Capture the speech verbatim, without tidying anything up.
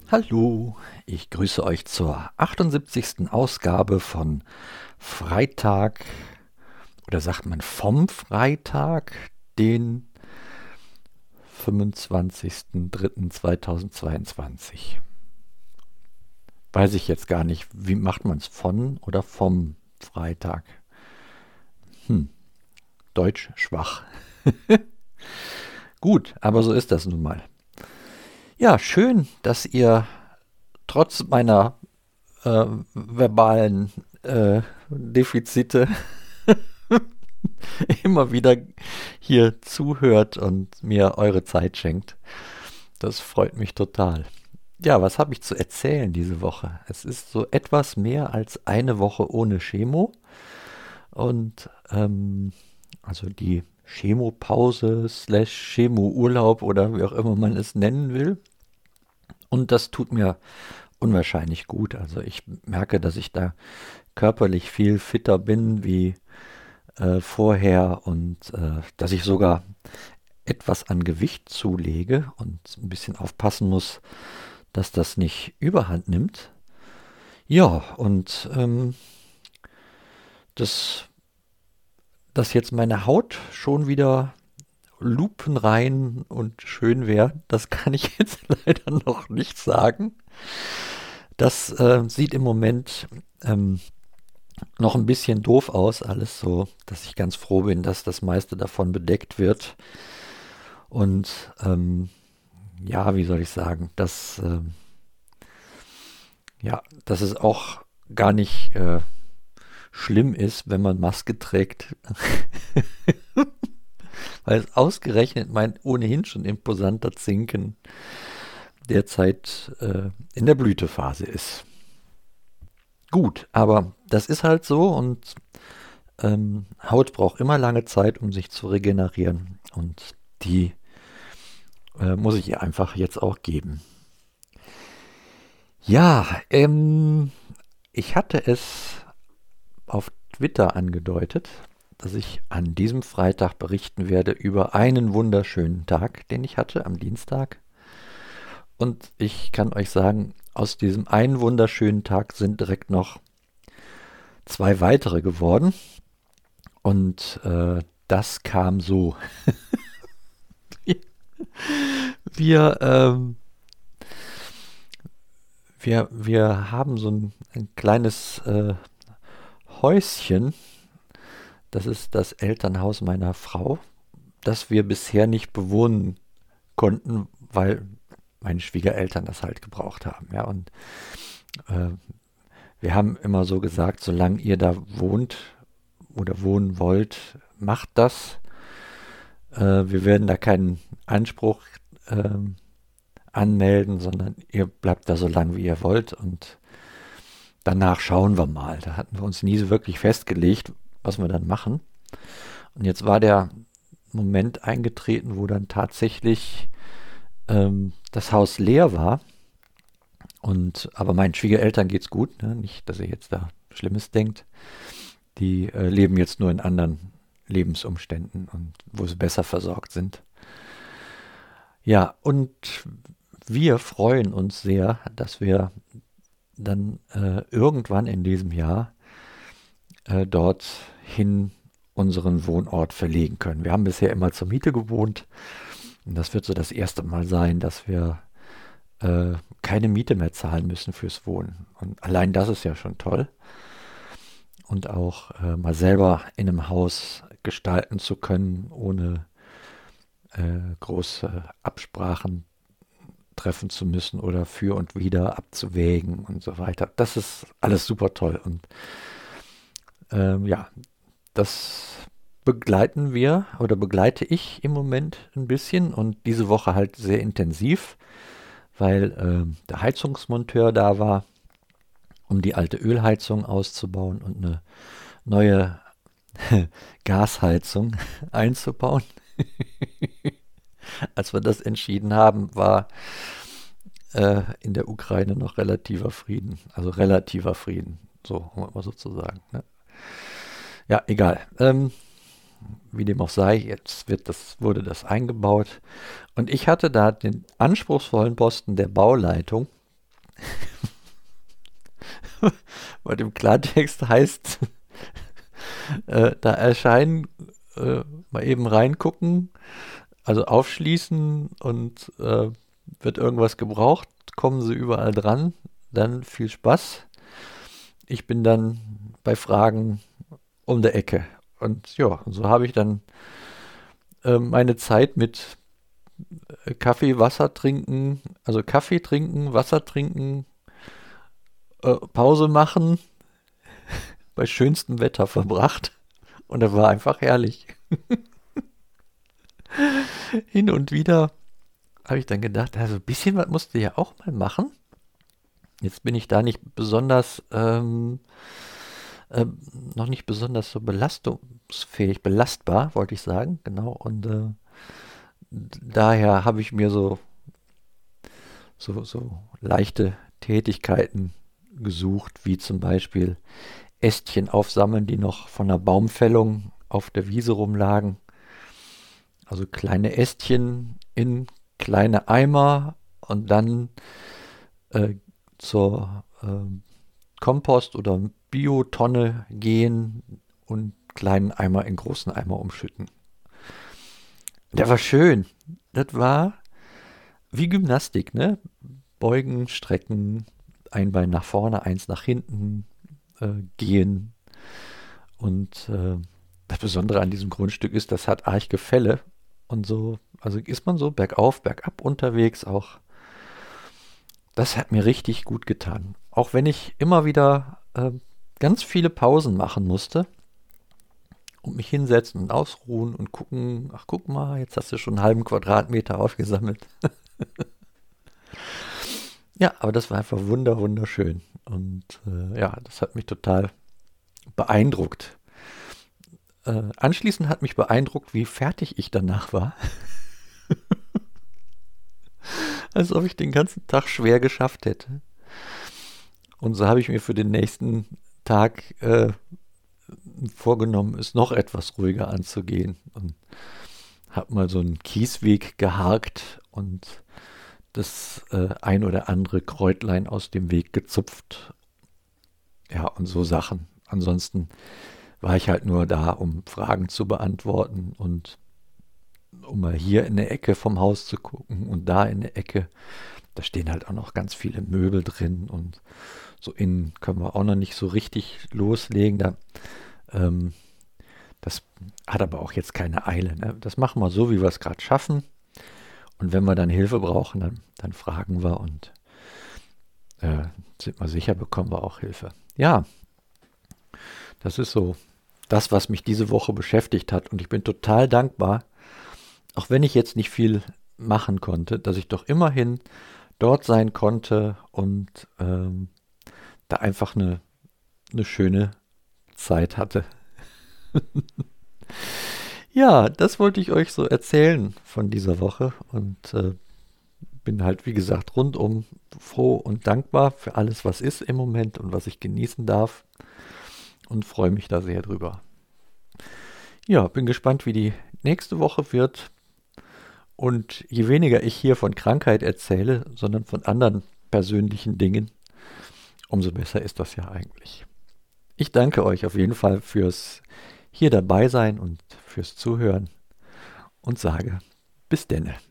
Hallo, ich grüße euch zur achtundsiebzigsten Ausgabe von Freitag, oder sagt man vom Freitag, den fünfundzwanzigsten dritten zweitausendzweiundzwanzig. Weiß ich jetzt gar nicht, wie macht man es, von oder vom Freitag? Hm, Deutsch schwach. Gut, aber so ist das nun mal. Ja, schön, dass ihr trotz meiner äh, verbalen äh, Defizite immer wieder hier zuhört und mir eure Zeit schenkt. Das freut mich total. Ja, was habe ich zu erzählen diese Woche? Es ist so etwas mehr als eine Woche ohne Chemo und ähm, also die Chemopause slash Chemo-Urlaub oder wie auch immer man es nennen will. Und das tut mir unwahrscheinlich gut. Also ich merke, dass ich da körperlich viel fitter bin wie äh, vorher und äh, dass ich sogar etwas an Gewicht zulege und ein bisschen aufpassen muss, dass das nicht überhand nimmt. Ja, und ähm, dass, dass jetzt meine Haut schon wieder lupenrein und schön wäre, das kann ich jetzt leider noch nicht sagen. Das äh, sieht im Moment ähm, noch ein bisschen doof aus, alles so, dass ich ganz froh bin, dass das meiste davon bedeckt wird. Und ähm, ja, wie soll ich sagen, dass, ähm, ja, dass es auch gar nicht äh, schlimm ist, wenn man Maske trägt, weil es ausgerechnet mein ohnehin schon imposanter Zinken derzeit äh, in der Blütephase ist. Gut, aber das ist halt so und ähm, Haut braucht immer lange Zeit, um sich zu regenerieren und die äh, muss ich ihr einfach jetzt auch geben. Ja, ähm, ich hatte es auf Twitter angedeutet, dass ich an diesem Freitag berichten werde über einen wunderschönen Tag, den ich hatte am Dienstag. Und ich kann euch sagen, aus diesem einen wunderschönen Tag sind direkt noch zwei weitere geworden. Und äh, das kam so. Wir, ähm, wir, wir haben so ein, ein kleines äh, Häuschen. Das ist das Elternhaus meiner Frau, das wir bisher nicht bewohnen konnten, weil meine Schwiegereltern das halt gebraucht haben. Ja, und äh, wir haben immer so gesagt, solange ihr da wohnt oder wohnen wollt, macht das. Äh, wir werden da keinen Anspruch äh, anmelden, sondern ihr bleibt da so lange, wie ihr wollt. Und danach schauen wir mal. Da hatten wir uns nie so wirklich festgelegt, was wir dann machen. Und jetzt war der Moment eingetreten, wo dann tatsächlich ähm, das Haus leer war. Und aber meinen Schwiegereltern geht's gut, ne? Nicht, dass ihr jetzt da Schlimmes denkt. Die äh, leben jetzt nur in anderen Lebensumständen und wo sie besser versorgt sind. Ja, und wir freuen uns sehr, dass wir dann äh, irgendwann in diesem Jahr äh, dorthin unseren Wohnort verlegen können. Wir haben bisher immer zur Miete gewohnt und das wird so das erste Mal sein, dass wir äh, keine Miete mehr zahlen müssen fürs Wohnen. Und allein das ist ja schon toll. Und auch äh, mal selber in einem Haus gestalten zu können, ohne äh, große Absprachen treffen zu müssen oder für und wieder abzuwägen und so weiter. Das ist alles super toll. Und ähm, ja, das begleiten wir oder begleite ich im Moment ein bisschen und diese Woche halt sehr intensiv, weil äh, der Heizungsmonteur da war, um die alte Ölheizung auszubauen und eine neue Gasheizung einzubauen. Als wir das entschieden haben, war äh, in der Ukraine noch relativer Frieden. Also relativer Frieden, so mal sozusagen. Ne? Ja, egal. Ähm, wie dem auch sei, jetzt wird das, wurde das eingebaut. Und ich hatte da den anspruchsvollen Posten der Bauleitung. weil im Klartext heißt, äh, da erscheinen, äh, mal eben reingucken, also aufschließen und äh, wird irgendwas gebraucht, kommen sie überall dran, dann viel Spaß. Ich bin dann bei Fragen um der Ecke. Und ja, so habe ich dann äh, meine Zeit mit äh, Kaffee, Wasser trinken, also Kaffee trinken, Wasser trinken, äh, Pause machen, bei schönstem Wetter verbracht. Und das war einfach herrlich. Hin und wieder habe ich dann gedacht, also ein bisschen was musst du ja auch mal machen. Jetzt bin ich da nicht besonders, ähm, ähm, noch nicht besonders so belastungsfähig, belastbar, wollte ich sagen, genau. Und äh, daher habe ich mir so, so, so leichte Tätigkeiten gesucht, wie zum Beispiel Ästchen aufsammeln, die noch von der Baumfällung auf der Wiese rumlagen. Also kleine Ästchen in kleine Eimer und dann äh, zur äh, Kompost- oder Biotonne gehen und kleinen Eimer in großen Eimer umschütten. Der war schön. Das war wie Gymnastik, ne? Beugen, strecken, ein Bein nach vorne, eins nach hinten, äh, gehen. Und äh, das Besondere an diesem Grundstück ist, das hat arg Gefälle. Und so, also ist man so bergauf, bergab unterwegs auch. Das hat mir richtig gut getan. Auch wenn ich immer wieder äh, ganz viele Pausen machen musste und mich hinsetzen und ausruhen und gucken, ach guck mal, jetzt hast du schon einen halben Quadratmeter aufgesammelt. Ja, aber das war einfach wunder, wunderschön. Und äh, ja, das hat mich total beeindruckt. Äh, anschließend hat mich beeindruckt, wie fertig ich danach war. Als ob ich den ganzen Tag schwer geschafft hätte. Und so habe ich mir für den nächsten Tag äh, vorgenommen, es noch etwas ruhiger anzugehen. Und habe mal so einen Kiesweg geharkt und das äh, ein oder andere Kräutlein aus dem Weg gezupft. Ja, und so Sachen. Ansonsten war ich halt nur da, um Fragen zu beantworten und um mal hier in der Ecke vom Haus zu gucken und da in der Ecke. Da stehen halt auch noch ganz viele Möbel drin und so innen können wir auch noch nicht so richtig loslegen. Da, ähm, das hat aber auch jetzt keine Eile. Ne? Das machen wir so, wie wir es gerade schaffen. Und wenn wir dann Hilfe brauchen, dann, dann fragen wir und äh, sind wir sicher, bekommen wir auch Hilfe. Ja, das ist so das, was mich diese Woche beschäftigt hat. Und ich bin total dankbar, auch wenn ich jetzt nicht viel machen konnte, dass ich doch immerhin dort sein konnte und ähm, da einfach eine, eine schöne Zeit hatte. Ja, das wollte ich euch so erzählen von dieser Woche und äh, bin halt, wie gesagt, rundum froh und dankbar für alles, was ist im Moment und was ich genießen darf und freue mich da sehr drüber. Ja, bin gespannt, wie die nächste Woche wird und je weniger ich hier von Krankheit erzähle, sondern von anderen persönlichen Dingen, umso besser ist das ja eigentlich. Ich danke euch auf jeden Fall fürs hier dabei sein und fürs Zuhören und sage bis denne.